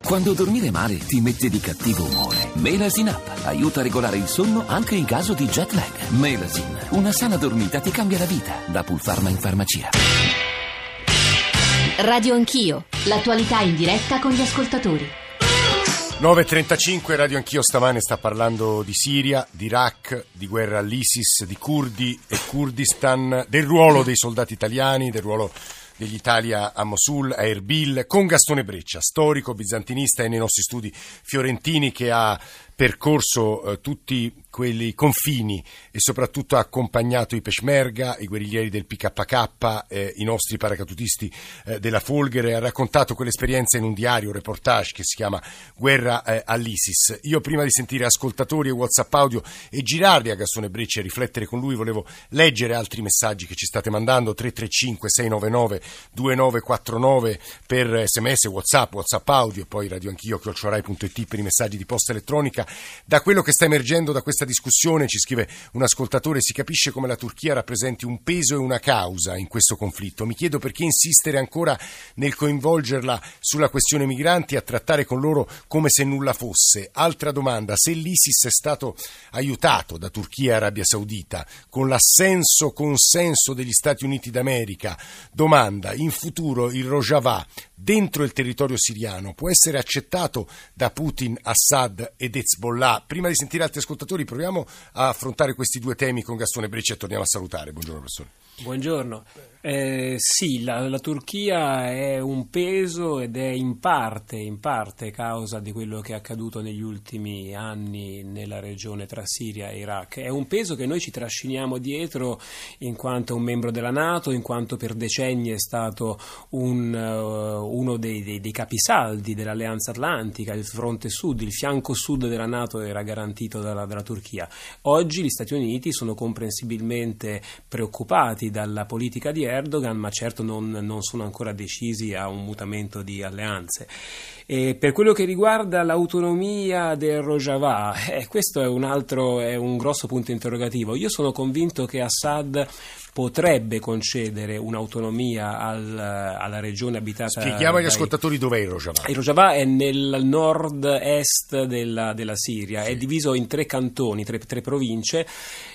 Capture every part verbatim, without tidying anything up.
Quando dormire male ti mette di cattivo umore, Melasin Up aiuta a regolare il sonno anche in caso di jet lag. Melasin, una sana dormita ti cambia la vita. Da Pulpharma in farmacia. Radio Anch'io, l'attualità in diretta con gli ascoltatori. nove e trentacinque, Radio Anch'io stamane sta parlando di Siria, di Iraq, di guerra all'ISIS, di curdi e Kurdistan, del ruolo dei soldati italiani, del ruolo degli Italia a Mosul, a Erbil, con Gastone Breccia, storico, bizantinista e nei nostri studi fiorentini, che ha percorso eh, tutti quelli confini e soprattutto ha accompagnato i Peshmerga, i guerriglieri del P K K, eh, i nostri paracadutisti eh, della Folgore, ha raccontato quell'esperienza in un diario, un reportage che si chiama Guerra eh, all'ISIS. Io, prima di sentire ascoltatori e WhatsApp audio e girarli a Gastone Breccia e riflettere con lui, volevo leggere altri messaggi che ci state mandando. Tre tre cinque sei nove nove due nove quattro nove per sms, WhatsApp, WhatsApp audio, e poi radio anch'io chiocciola rai punto it per i messaggi di posta elettronica. Da quello che sta emergendo da questa discussione, ci scrive un ascoltatore, si capisce come la Turchia rappresenti un peso e una causa in questo conflitto. Mi chiedo perché insistere ancora nel coinvolgerla sulla questione migranti, a trattare con loro come se nulla fosse. Altra domanda: se l'ISIS è stato aiutato da Turchia e Arabia Saudita con l'assenso consenso degli Stati Uniti d'America, domanda: in futuro il Rojava dentro il territorio siriano può essere accettato da Putin, Assad ed Hezbollah? Prima di sentire altri ascoltatori, proviamo a affrontare questi due temi con Gastone Breccia e torniamo a salutare. Buongiorno professore. Buongiorno. Eh, sì, la, la Turchia è un peso ed è in parte, in parte causa di quello che è accaduto negli ultimi anni nella regione tra Siria e Iraq. È un peso che noi ci trasciniamo dietro in quanto un membro della NATO, in quanto per decenni è stato un, uh, uno dei, dei, dei capisaldi dell'Alleanza Atlantica, il fronte sud, il fianco sud della NATO era garantito dalla, dalla Turchia. Oggi gli Stati Uniti sono comprensibilmente preoccupati dalla politica di Erdogan, ma certo non, non sono ancora decisi a un mutamento di alleanze. E per quello che riguarda l'autonomia del Rojava, eh, questo è un altro, è un grosso punto interrogativo. Io sono convinto che Assad potrebbe concedere un'autonomia al, alla regione abitata. Spieghiamo agli dai... ascoltatori dov'è il Rojava. Il Rojava è nel nord-est della, della Siria, sì. È diviso in tre cantoni, tre, tre province,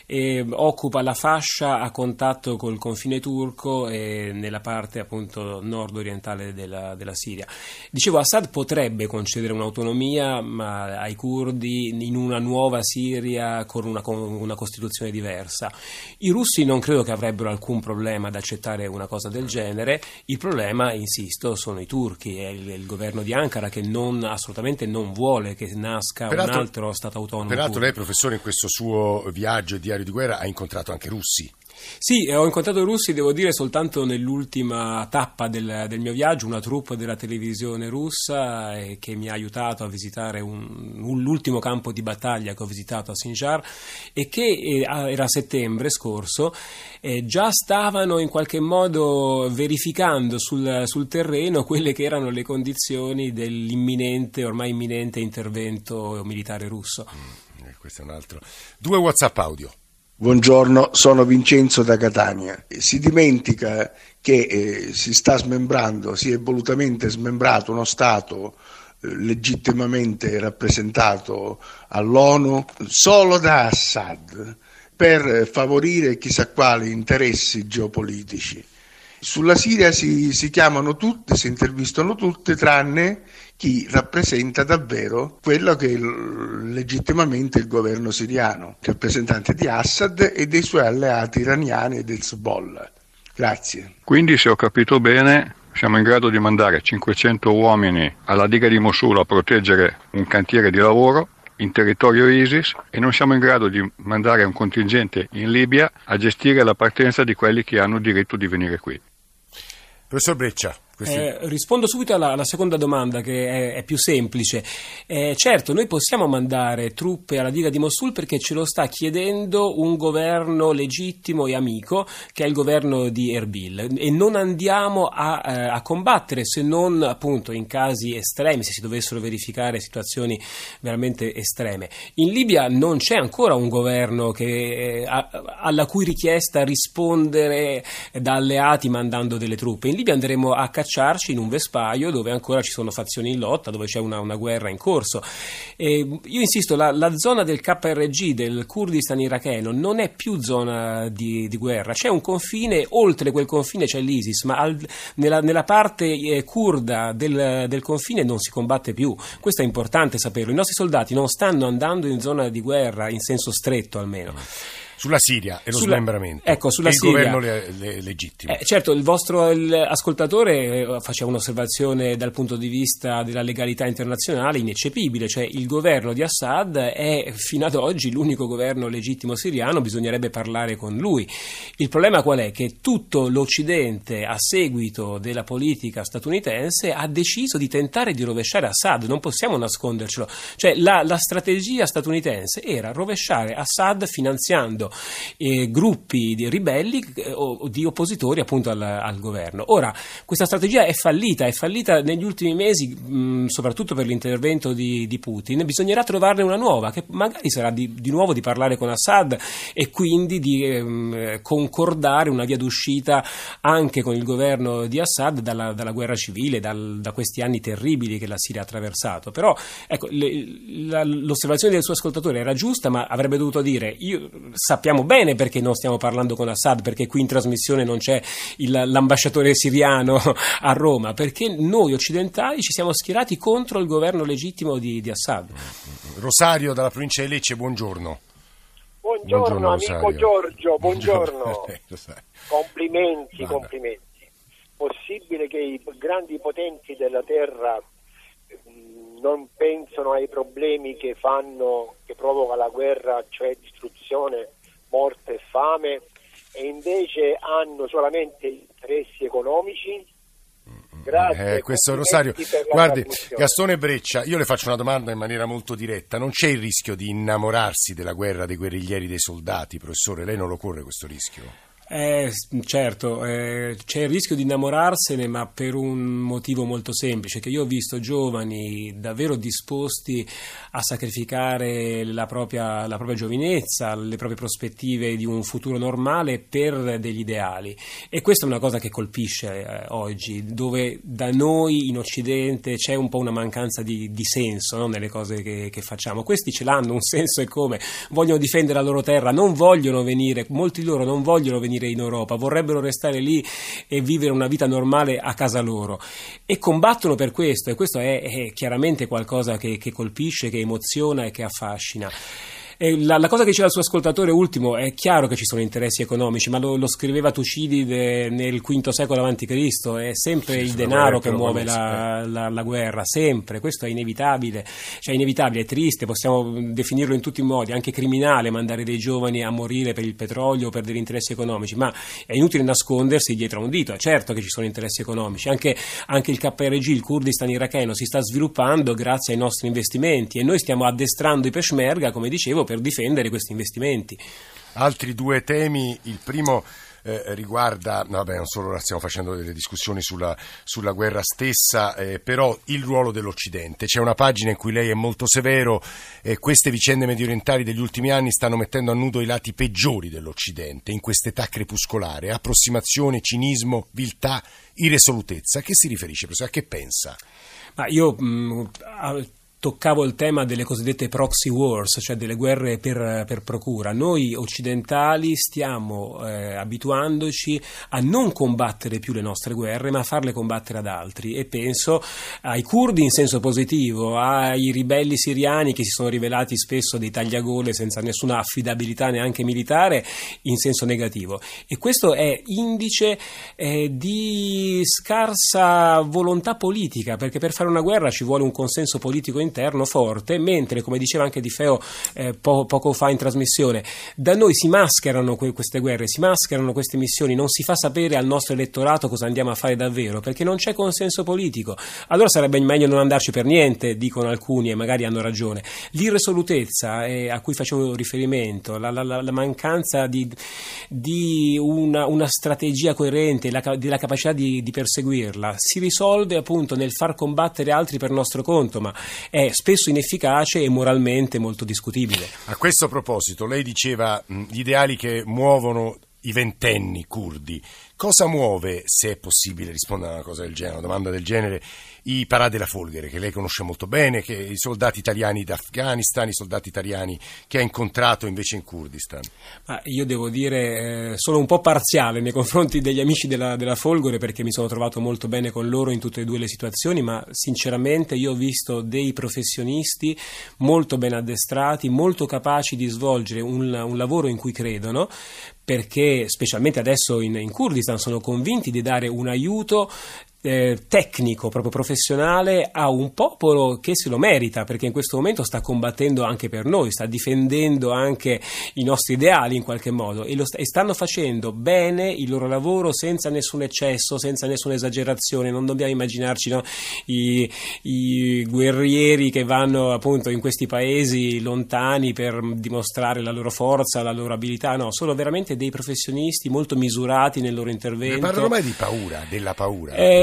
e occupa la fascia a contatto col confine turco e nella parte appunto nord-orientale della, della Siria. Dicevo, Assad potrebbe concedere un'autonomia ma ai curdi in una nuova Siria con una, con una costituzione diversa. I russi non credo che avrebbero alcun problema ad accettare una cosa del genere. Il problema, insisto, sono i turchi, è il, il governo di Ankara che non, assolutamente non vuole che nasca peraltro, un altro stato autonomo. Peraltro turco. Lei, professore, in questo suo viaggio e diario di guerra ha incontrato anche russi. Sì, ho incontrato i russi, devo dire, soltanto nell'ultima tappa del, del mio viaggio, una troupe della televisione russa eh, che mi ha aiutato a visitare un, un, l'ultimo campo di battaglia che ho visitato a Sinjar, e che eh, era settembre scorso, eh, già stavano in qualche modo verificando sul, sul terreno quelle che erano le condizioni dell'imminente, ormai imminente intervento militare russo. Mm, eh, questo è un altro. Due WhatsApp audio. Buongiorno, sono Vincenzo da Catania. Si dimentica che eh, si sta smembrando, si è volutamente smembrato uno Stato eh, legittimamente rappresentato all'ONU solo da Assad per favorire chissà quali interessi geopolitici. Sulla Siria si, si chiamano tutte, si intervistano tutte, tranne chi rappresenta davvero quello che è il, legittimamente il governo siriano, rappresentante di Assad e dei suoi alleati iraniani e del Hezbollah. Grazie. Quindi, se ho capito bene, siamo in grado di mandare cinquecento uomini alla diga di Mosul a proteggere un cantiere di lavoro in territorio ISIS e non siamo in grado di mandare un contingente in Libia a gestire la partenza di quelli che hanno diritto di venire qui. Professor Breccia. Eh, rispondo subito alla, alla seconda domanda, che è, è più semplice. Eh, certo, noi possiamo mandare truppe alla diga di Mosul perché ce lo sta chiedendo un governo legittimo e amico, che è il governo di Erbil, e non andiamo a, eh, a combattere se non appunto in casi estremi, se si dovessero verificare situazioni veramente estreme. In Libia non c'è ancora un governo che, eh, a, alla cui richiesta rispondere da alleati mandando delle truppe. In Libia andremo a cacciare rintracciarci in un vespaio dove ancora ci sono fazioni in lotta, dove c'è una, una guerra in corso. E io insisto, la, la zona del K R G, del Kurdistan iracheno, non è più zona di, di guerra, c'è un confine, oltre quel confine c'è l'ISIS, ma al, nella, nella parte eh, kurda del, del confine non si combatte più. Questo è importante saperlo. I nostri soldati non stanno andando in zona di guerra, in senso stretto almeno. Sulla Siria e lo sulla, smembramento, ecco, sulla il Siria, governo le, le, legittimo. Eh, certo, il vostro il ascoltatore faceva un'osservazione dal punto di vista della legalità internazionale ineccepibile, cioè il governo di Assad è fino ad oggi l'unico governo legittimo siriano, bisognerebbe parlare con lui. Il problema qual è? Che tutto l'Occidente, a seguito della politica statunitense, ha deciso di tentare di rovesciare Assad, non possiamo nascondercelo, cioè la, la strategia statunitense era rovesciare Assad finanziando Eh, gruppi di ribelli eh, o di oppositori appunto al, al governo. Ora, questa strategia è fallita, è fallita negli ultimi mesi, mh, soprattutto per l'intervento di, di Putin. Bisognerà trovarne una nuova, che magari sarà di, di nuovo di parlare con Assad e quindi di eh, concordare una via d'uscita anche con il governo di Assad dalla, dalla guerra civile, dal, da questi anni terribili che la Siria ha attraversato. Però ecco, le, la, l'osservazione del suo ascoltatore era giusta, ma avrebbe dovuto dire: io sappiamo bene perché non stiamo parlando con Assad, perché qui in trasmissione non c'è il, l'ambasciatore siriano a Roma, perché noi occidentali ci siamo schierati contro il governo legittimo di, di Assad. Rosario dalla provincia di Lecce, buongiorno. Buongiorno, buongiorno amico Rosario. Giorgio, buongiorno. buongiorno. Complimenti, Vada. complimenti. Possibile che i grandi potenti della terra non pensano ai problemi che fanno, che provoca la guerra, cioè distruzione, morte e fame, e invece hanno solamente interessi economici? Grazie. Eh, questo Rosario, guardi, Gastone Breccia, io le faccio una domanda in maniera molto diretta: non c'è il rischio di innamorarsi della guerra, dei guerriglieri, dei soldati, professore? Lei non lo corre questo rischio? Eh, certo, eh, c'è il rischio di innamorarsene, ma per un motivo molto semplice, che io ho visto giovani davvero disposti a sacrificare la propria, la propria giovinezza, le proprie prospettive di un futuro normale per degli ideali, e questa è una cosa che colpisce eh, oggi, dove da noi in Occidente c'è un po' una mancanza di, di senso, no, nelle cose che, che facciamo. Questi ce l'hanno un senso, e come vogliono difendere la loro terra, non vogliono venire, molti di loro non vogliono venire in Europa, vorrebbero restare lì e vivere una vita normale a casa loro, e combattono per questo, e questo è, è chiaramente qualcosa che, che colpisce, che emoziona e che affascina. E la, la cosa che diceva il suo ascoltatore ultimo, è chiaro che ci sono interessi economici, ma lo, lo scriveva Tucidide nel quinto secolo avanti Cristo, è sempre sì, il denaro che muove la, la, la guerra, sempre, questo è inevitabile, cioè inevitabile, è triste, possiamo definirlo in tutti i modi, anche criminale mandare dei giovani a morire per il petrolio o per degli interessi economici, ma è inutile nascondersi dietro a un dito, è certo che ci sono interessi economici, anche, anche il K R G, il Kurdistan iracheno, si sta sviluppando grazie ai nostri investimenti, e noi stiamo addestrando i Peshmerga, come dicevo, per difendere questi investimenti. Altri due temi, il primo eh, riguarda, no, vabbè, non solo, stiamo facendo delle discussioni sulla, sulla guerra stessa, eh, però il ruolo dell'Occidente. C'è una pagina in cui lei è molto severo, e eh, queste vicende mediorientali degli ultimi anni stanno mettendo a nudo i lati peggiori dell'Occidente in quest'età crepuscolare: approssimazione, cinismo, viltà, irresolutezza. A che si riferisce, professore? A che pensa? Ma io mh, a... toccavo il tema delle cosiddette proxy wars, cioè delle guerre per, per procura. Noi occidentali stiamo eh, abituandoci a non combattere più le nostre guerre, ma a farle combattere ad altri, e penso ai curdi in senso positivo, ai ribelli siriani che si sono rivelati spesso dei tagliagole senza nessuna affidabilità neanche militare, in senso negativo, e questo è indice eh, di scarsa volontà politica, perché per fare una guerra ci vuole un consenso politico interno interno forte, mentre, come diceva anche Di Feo eh, po- poco fa in trasmissione, da noi si mascherano que- queste guerre, si mascherano queste missioni, non si fa sapere al nostro elettorato cosa andiamo a fare davvero, perché non c'è consenso politico. Allora sarebbe meglio non andarci per niente, dicono alcuni, e magari hanno ragione. L'irresolutezza eh, a cui facevo riferimento, la, la, la mancanza di, di una, una strategia coerente, la, della capacità di, di perseguirla, si risolve appunto nel far combattere altri per nostro conto, ma è spesso inefficace e moralmente molto discutibile. A questo proposito, lei diceva mh, gli ideali che muovono i ventenni curdi. Cosa muove, se è possibile rispondere a una cosa del genere, una domanda del genere, i Parà della Folgore, che lei conosce molto bene, che i soldati italiani d'Afghanistan, i soldati italiani che ha incontrato invece in Kurdistan? Ma io devo dire, eh, sono un po' parziale nei confronti degli amici della, della Folgore, perché mi sono trovato molto bene con loro in tutte e due le situazioni, ma sinceramente io ho visto dei professionisti molto ben addestrati, molto capaci di svolgere un, un lavoro in cui credono, perché specialmente adesso in, in Kurdistan sono convinti di dare un aiuto Eh, tecnico, proprio professionale a un popolo che se lo merita, perché in questo momento sta combattendo anche per noi, sta difendendo anche i nostri ideali in qualche modo, e, lo st- e stanno facendo bene il loro lavoro senza nessun eccesso, senza nessuna esagerazione. Non dobbiamo immaginarci, no, i, i guerrieri che vanno appunto in questi paesi lontani per dimostrare la loro forza, la loro abilità. No, sono veramente dei professionisti molto misurati nel loro intervento. Ne parlano mai di paura, della paura? Eh,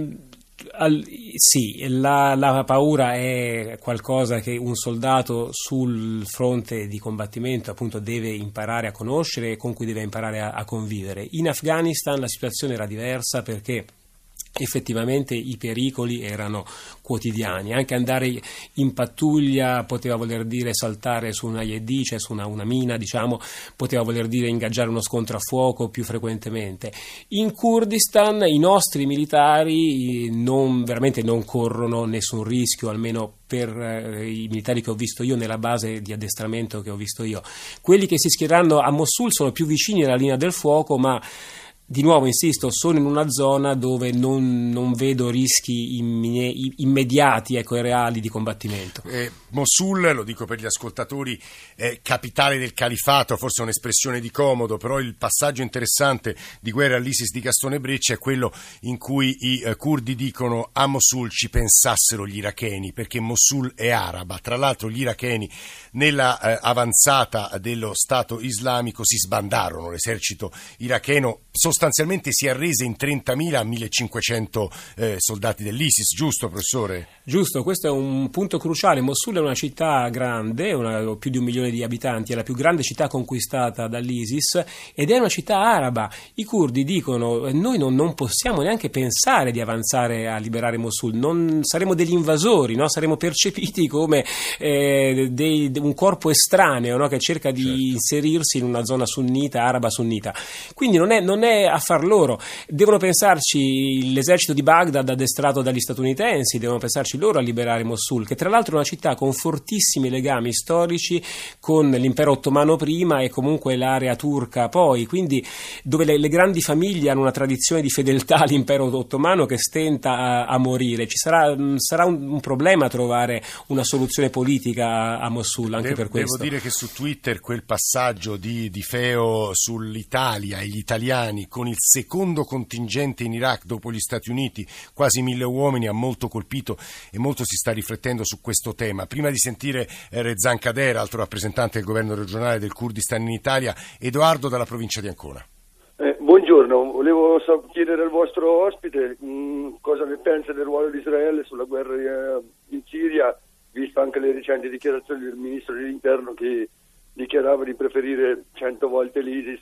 Al, sì, la, la paura è qualcosa che un soldato sul fronte di combattimento appunto deve imparare a conoscere e con cui deve imparare a, a convivere. In Afghanistan la situazione era diversa, perché effettivamente i pericoli erano quotidiani. Anche andare in pattuglia poteva voler dire saltare su una I E D, cioè su una, una mina, diciamo, poteva voler dire ingaggiare uno scontro a fuoco più frequentemente. In Kurdistan i nostri militari non, veramente non corrono nessun rischio, almeno per eh, i militari che ho visto io nella base di addestramento che ho visto io. Quelli che si schieranno a Mosul sono più vicini alla linea del fuoco, ma di nuovo, insisto, sono in una zona dove non, non vedo rischi immine, immediati, ecco, e reali di combattimento. Eh, Mosul, lo dico per gli ascoltatori, è capitale del califato, forse è un'espressione di comodo, però il passaggio interessante di Guerra all'ISIS di Gastone Breccia è quello in cui i eh, curdi dicono: a Mosul ci pensassero gli iracheni, perché Mosul è araba. Tra l'altro gli iracheni nella eh, avanzata dello Stato islamico si sbandarono, l'esercito iracheno sostanzialmente si è arrese in trentamila a millecinquecento eh, soldati dell'ISIS, giusto professore? Giusto, questo è un punto cruciale. Mosul è una città grande, una, più di un milione di abitanti, è la più grande città conquistata dall'ISIS ed è una città araba. I curdi dicono: noi non, non possiamo neanche pensare di avanzare a liberare Mosul, non, saremo degli invasori, no? Saremo percepiti come eh, dei, un corpo estraneo, no? Che cerca di certo. inserirsi in una zona sunnita, araba sunnita. Quindi non è, non è affar loro, devono pensarci l'esercito di Baghdad addestrato dagli statunitensi, devono pensarci loro a liberare Mosul, che tra l'altro è una città con fortissimi legami storici con l'impero ottomano prima e comunque l'area turca poi, quindi dove le, le grandi famiglie hanno una tradizione di fedeltà all'impero ottomano che stenta a, a morire. Ci sarà, sarà un, un problema trovare una soluzione politica a, a Mosul anche devo, per questo. Devo dire che su Twitter quel passaggio di, di Feo sull'Italia e gli italiani con il secondo contingente in Iraq dopo gli Stati Uniti, quasi mille uomini, ha molto colpito e molto si sta riflettendo su questo tema. Prima di sentire eh, Rezan Kader, altro rappresentante del governo regionale del Kurdistan in Italia, Edoardo dalla provincia di Ancona. Eh, buongiorno, volevo chiedere al vostro ospite mh, cosa ne pensa del ruolo di Israele sulla guerra eh, in Siria, visto anche le recenti dichiarazioni del ministro dell'interno che dichiarava di preferire cento volte l'ISIS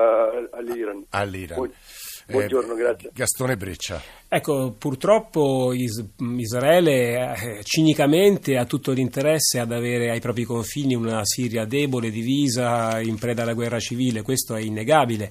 a, all'Iran. All'Iran. Bu- buongiorno, eh, grazie. Gastone Breccia. Ecco, purtroppo is- Israele eh, cinicamente ha tutto l'interesse ad avere ai propri confini una Siria debole, divisa, in preda alla guerra civile, questo è innegabile,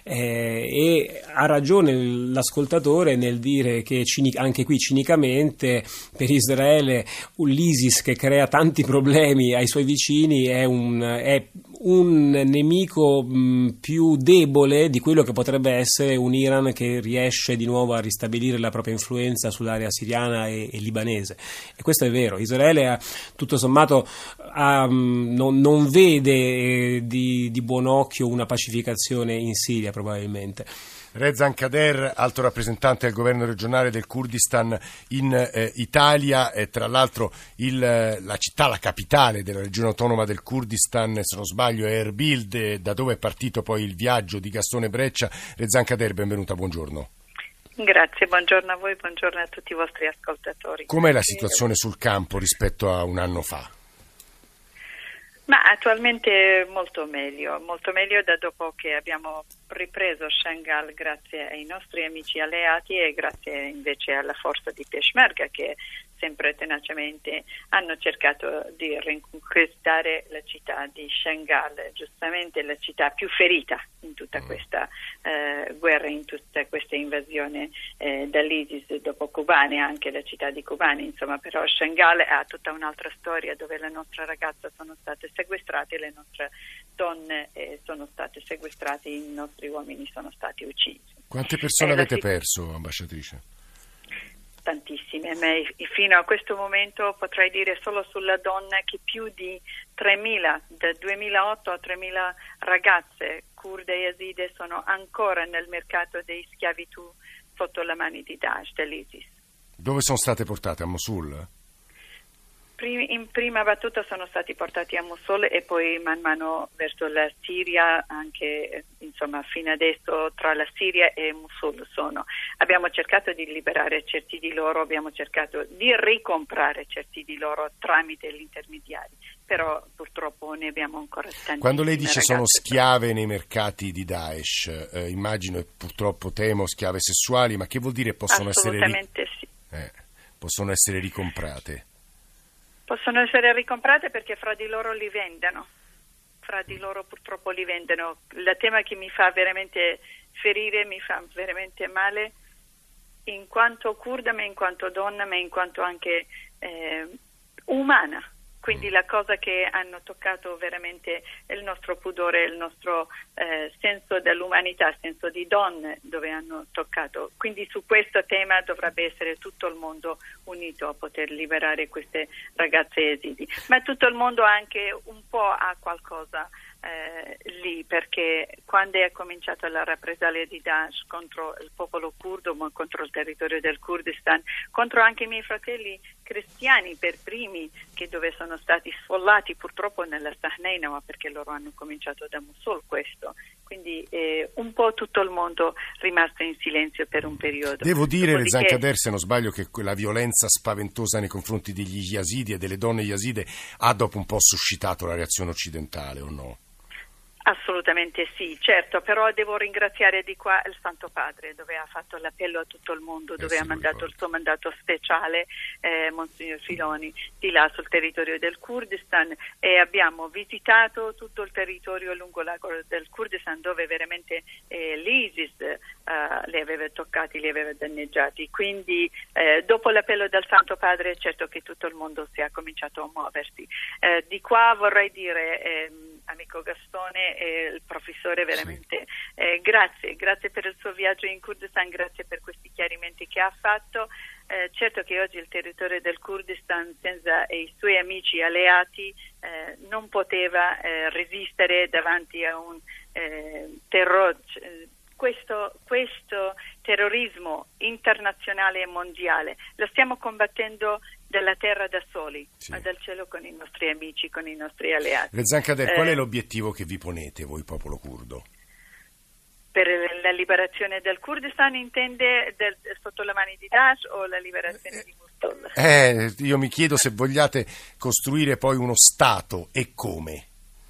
eh, e ha ragione l'ascoltatore nel dire che cinic- anche qui cinicamente per Israele l'ISIS, che crea tanti problemi ai suoi vicini, è un, è un nemico mh, più debole di quello che potrebbe essere un Iran che riesce di nuovo a ristabilire la propria influenza sull'area siriana e, e libanese, e questo è vero. Israele ha, tutto sommato ha, non, non vede eh, di, di buon occhio una pacificazione in Siria probabilmente. Rezan Kader, alto rappresentante del governo regionale del Kurdistan in eh, Italia, e tra l'altro il, la città, la capitale della regione autonoma del Kurdistan, se non sbaglio, è Erbil, de, da dove è partito poi il viaggio di Gastone Breccia. Rezan Kader, benvenuta, buongiorno. Grazie, buongiorno a voi, buongiorno a tutti i vostri ascoltatori. Com'è la situazione sul campo rispetto a un anno fa? Ma attualmente molto meglio, molto meglio da dopo che abbiamo ripreso Shangal grazie ai nostri amici alleati e grazie invece alla forza di Peshmerga che sempre tenacemente hanno cercato di riconquistare la città di Shangal, giustamente la città più ferita in tutta questa eh, guerra, in tutta questa invasione eh, dall'ISIS dopo Kobane, anche la città di Kobane, insomma, però Shangal ha tutta un'altra storia dove le nostre ragazze sono state sequestrate, le nostre donne eh, sono state sequestrate, i nostri uomini sono stati uccisi. Quante persone eh, avete si... perso, ambasciatrice? Tantissime, ma fino a questo momento potrei dire solo sulla donna che più di tremila, da duemilaotto a tremila ragazze kurde e yazide sono ancora nel mercato di schiavitù sotto le mani di Daesh, dell'ISIS. Dove sono state portate? A Mosul? In prima battuta sono stati portati a Mosul e poi man mano verso la Siria, anche insomma fino adesso tra la Siria e Mosul sono. Abbiamo cercato di liberare certi di loro, abbiamo cercato di ricomprare certi di loro tramite gli intermediari, però purtroppo ne abbiamo ancora tanti. Quando lei dice ragazze, sono schiave nei mercati di Daesh, eh, immagino e purtroppo temo schiave sessuali, ma che vuol dire possono essere assolutamente sì. eh, possono essere ricomprate? Possono essere ricomprate perché fra di loro li vendono, fra di loro purtroppo li vendono. Il tema che mi fa veramente ferire, mi fa veramente male in quanto kurda, ma in quanto donna, ma in quanto anche eh, umana. Quindi la cosa che hanno toccato veramente il nostro pudore, il nostro eh, senso dell'umanità, senso di donne, dove hanno toccato. Quindi su questo tema dovrebbe essere tutto il mondo unito a poter liberare queste ragazze esidi. Ma tutto il mondo anche un po' ha qualcosa eh, lì, perché quando è cominciata la rappresaglia di Daesh contro il popolo curdo, ma contro il territorio del Kurdistan, contro anche i miei fratelli cristiani per primi, che dove sono stati sfollati purtroppo nella Sahneina, ma perché loro hanno cominciato da Mosul questo. Quindi eh, un po' tutto il mondo rimasto in silenzio per un periodo. Devo dire, Dopodiché... Rezan Kader, se non sbaglio, che quella violenza spaventosa nei confronti degli yazidi e delle donne yazide ha dopo un po' suscitato la reazione occidentale, o no? Assolutamente sì, certo, però devo ringraziare di qua il Santo Padre, dove ha fatto l'appello a tutto il mondo, dove eh sì, ha mandato il suo mandato speciale, eh, Monsignor Filoni, di là sul territorio del Kurdistan, e abbiamo visitato tutto il territorio lungo l'ago del Kurdistan, dove veramente eh, l'ISIS eh, li aveva toccati, li aveva danneggiati. Quindi eh, dopo l'appello del Santo Padre, certo che tutto il mondo si è cominciato a muoversi. Eh, di qua vorrei dire... Eh, amico Gastone e il professore, veramente sì. eh, grazie, grazie per il suo viaggio in Kurdistan, grazie per questi chiarimenti che ha fatto. Eh, certo che oggi il territorio del Kurdistan senza i suoi amici alleati eh, non poteva eh, resistere davanti a un eh, terrore. Questo, questo terrorismo internazionale e mondiale lo stiamo combattendo dalla terra da soli, sì. ma dal cielo con i nostri amici, con i nostri alleati. Rezan Kader, eh, qual è l'obiettivo che vi ponete voi, popolo curdo? Per la liberazione del Kurdistan intende del, sotto le mani di Daesh o la liberazione di Mosul? Eh, io mi chiedo se vogliate costruire poi uno Stato e come.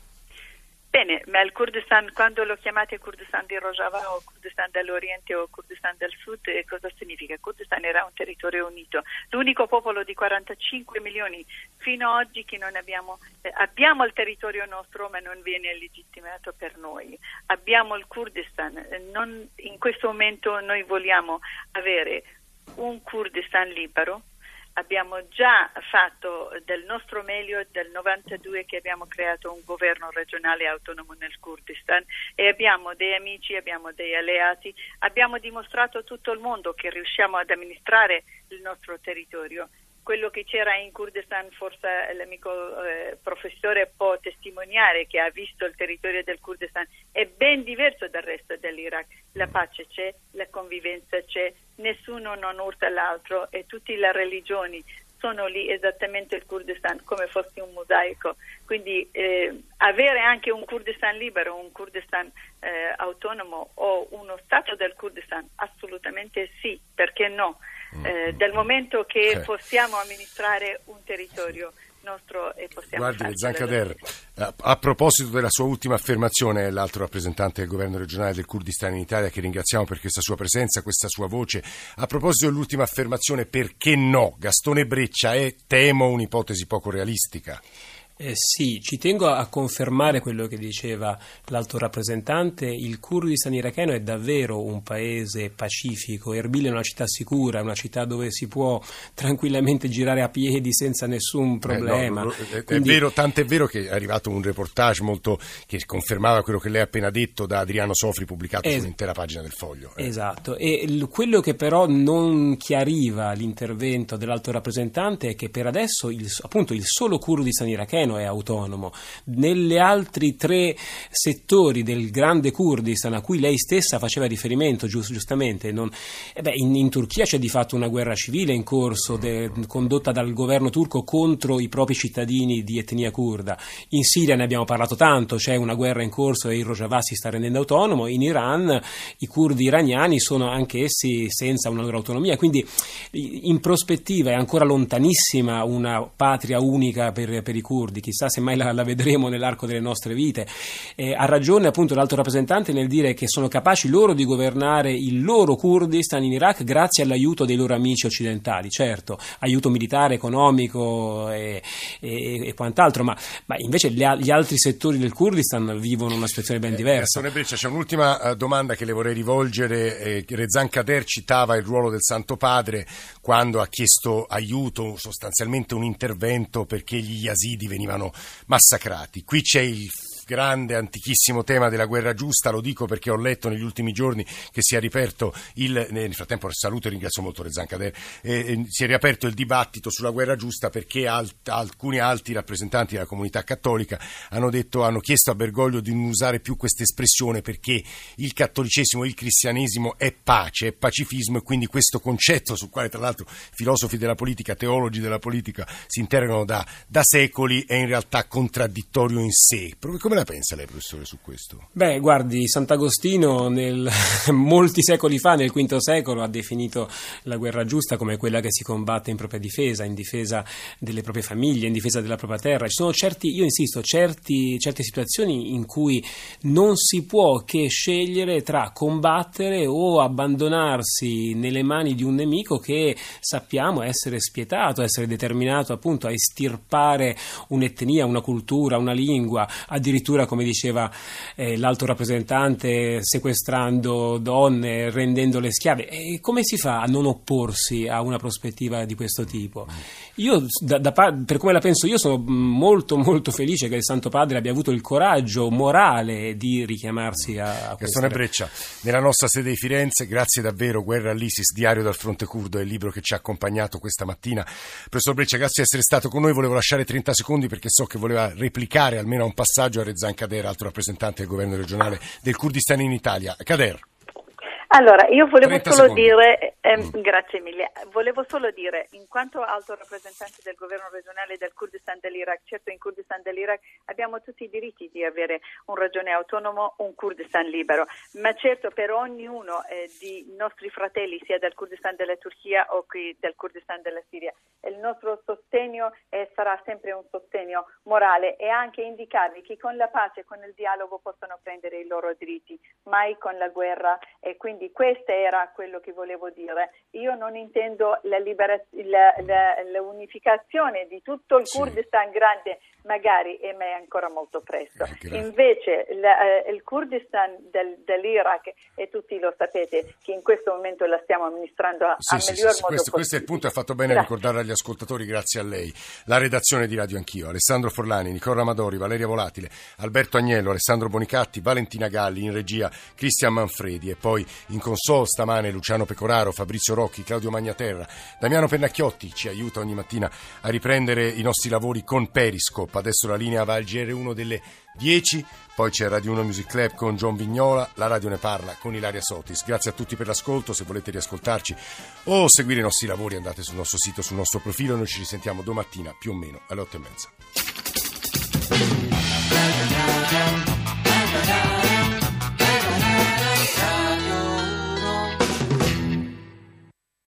Bene, ma il Kurdistan, quando lo chiamate Kurdistan di Rojava o Kurdistan dell'Oriente o Kurdistan del Sud, cosa significa? Kurdistan era un territorio unito, l'unico popolo di quarantacinque milioni fino ad oggi che non abbiamo, eh, abbiamo il territorio nostro ma non viene legittimato per noi, abbiamo il Kurdistan, eh, non, in questo momento noi vogliamo avere un Kurdistan libero. Abbiamo già fatto del nostro meglio del novantadue che abbiamo creato un governo regionale autonomo nel Kurdistan e abbiamo dei amici, abbiamo dei alleati, abbiamo dimostrato a tutto il mondo che riusciamo ad amministrare il nostro territorio. Quello che c'era in Kurdistan, forse l'amico eh, professore può testimoniare, che ha visto il territorio del Kurdistan, è ben diverso dal resto dell'Iraq. La pace c'è, la convivenza c'è, nessuno non urta l'altro e tutte le religioni sono lì esattamente il Kurdistan come fosse un mosaico. Quindi eh, avere anche un Kurdistan libero, un Kurdistan eh, autonomo o uno Stato del Kurdistan, assolutamente sì, perché no? Eh, dal momento che possiamo amministrare un territorio, nostro e possiamo Guardi, farcela. Zankader, a, a proposito della sua ultima affermazione, l'altro rappresentante del governo regionale del Kurdistan in Italia, che ringraziamo per questa sua presenza, questa sua voce, a proposito dell'ultima affermazione, perché no? Gastone Breccia è, temo, un'ipotesi poco realistica. Eh sì, ci tengo a confermare quello che diceva l'alto rappresentante. Il Kurdistan iracheno è davvero un paese pacifico. Erbil è una città sicura, una città dove si può tranquillamente girare a piedi senza nessun problema. Eh no, è, Quindi... è vero, tant'è vero che è arrivato un reportage molto che confermava quello che lei ha appena detto da Adriano Sofri, pubblicato es- sull'intera pagina del Foglio. Eh. Esatto, e l- quello che però non chiariva l'intervento dell'alto rappresentante è che per adesso il, appunto il solo Kurdistan iracheno è autonomo. Nelle altri tre settori del grande Kurdistan a cui lei stessa faceva riferimento giust, giustamente non, eh beh, in, in Turchia c'è di fatto una guerra civile in corso de, condotta dal governo turco contro i propri cittadini di etnia kurda. In Siria ne abbiamo parlato tanto, c'è una guerra in corso e il Rojava si sta rendendo autonomo. In Iran i curdi iraniani sono anch'essi senza una loro autonomia, quindi in prospettiva è ancora lontanissima una patria unica per, per i curdi. Chissà se mai la, la vedremo nell'arco delle nostre vite. Eh, ha ragione appunto l'alto rappresentante nel dire che sono capaci loro di governare il loro Kurdistan in Iraq grazie all'aiuto dei loro amici occidentali, certo, aiuto militare, economico e, e, e quant'altro, ma, ma invece gli, gli altri settori del Kurdistan vivono una situazione ben diversa. Eh, Breccia, c'è un'ultima uh, domanda che le vorrei rivolgere. Eh, Rezan Kader citava il ruolo del Santo Padre quando ha chiesto aiuto, sostanzialmente un intervento perché gli yazidi venivano massacrati. Qui c'è il grande, antichissimo tema della guerra giusta, lo dico perché ho letto negli ultimi giorni che si è riaperto il, nel frattempo saluto e ringrazio molto Rezan Kader, eh, si è riaperto il dibattito sulla guerra giusta perché alt, alcuni alti rappresentanti della comunità cattolica hanno detto, hanno chiesto a Bergoglio di non usare più questa espressione perché il cattolicesimo e il cristianesimo è pace, è pacifismo, e quindi questo concetto sul quale tra l'altro filosofi della politica, teologi della politica si interrogano da, da secoli è in realtà contraddittorio in sé. Come la pensa lei, professore, su questo? Beh, guardi, Sant'Agostino nel, molti secoli fa, nel quinto secolo, ha definito la guerra giusta come quella che si combatte in propria difesa, in difesa delle proprie famiglie, in difesa della propria terra. Ci sono certi, io insisto, certi, certe situazioni in cui non si può che scegliere tra combattere o abbandonarsi nelle mani di un nemico che sappiamo essere spietato, essere determinato appunto a estirpare un'etnia, una cultura, una lingua, addirittura come diceva eh, l'alto rappresentante, sequestrando donne, rendendole schiave. E come si fa a non opporsi a una prospettiva di questo tipo? Io, da, da, per come la penso io, sono molto molto felice che il Santo Padre abbia avuto il coraggio morale di richiamarsi a, a questo. Gastone Breccia, nella nostra sede di Firenze, grazie davvero. Guerra all'ISIS, diario dal fronte curdo, è il libro che ci ha accompagnato questa mattina. Professor Breccia, grazie di essere stato con noi. Volevo lasciare trenta secondi perché so che voleva replicare almeno a un passaggio a Rezan Kader, alto rappresentante del governo regionale del Kurdistan in Italia. Kader. Allora, io volevo solo secondi. dire, eh, mm. grazie mille, volevo solo dire, in quanto alto rappresentante del governo regionale del Kurdistan dell'Iraq, certo in Kurdistan dell'Iraq abbiamo tutti i diritti di avere un regione autonomo, un Kurdistan libero, ma certo per ognuno eh, di nostri fratelli, sia del Kurdistan della Turchia o qui del Kurdistan della Siria, il nostro sostegno eh, sarà sempre un sostegno morale e anche indicarvi che con la pace e con il dialogo possono prendere i loro diritti, mai con la guerra, e quindi Quindi questo era quello che volevo dire. Io non intendo la, libera- la, la, la unificazione di tutto il sì. Kurdistan grande, magari, e ma è ancora molto presto. Eh, Invece la, eh, il Kurdistan del, dell'Iraq, e tutti lo sapete che in questo momento la stiamo amministrando a, sì, a sì, miglior sì, modo questo, possibile. Questo è il punto, ha fatto bene a ricordare agli ascoltatori, grazie a lei. La redazione di Radio Anch'io, Alessandro Forlani, Nicola Amadori, Valeria Volatile, Alberto Agnello, Alessandro Bonicatti, Valentina Galli, in regia Cristian Manfredi, e poi in console stamane Luciano Pecoraro, Fabrizio Rocchi, Claudio Magnaterra, Damiano Pennacchiotti ci aiuta ogni mattina a riprendere i nostri lavori con Periscope. Adesso la linea va al G R uno delle dieci, poi c'è Radio uno Music Club con John Vignola, la radio ne parla con Ilaria Sotis. Grazie a tutti per l'ascolto. Se volete riascoltarci o seguire i nostri lavori andate sul nostro sito, sul nostro profilo. Noi ci risentiamo domattina più o meno alle otto e mezza.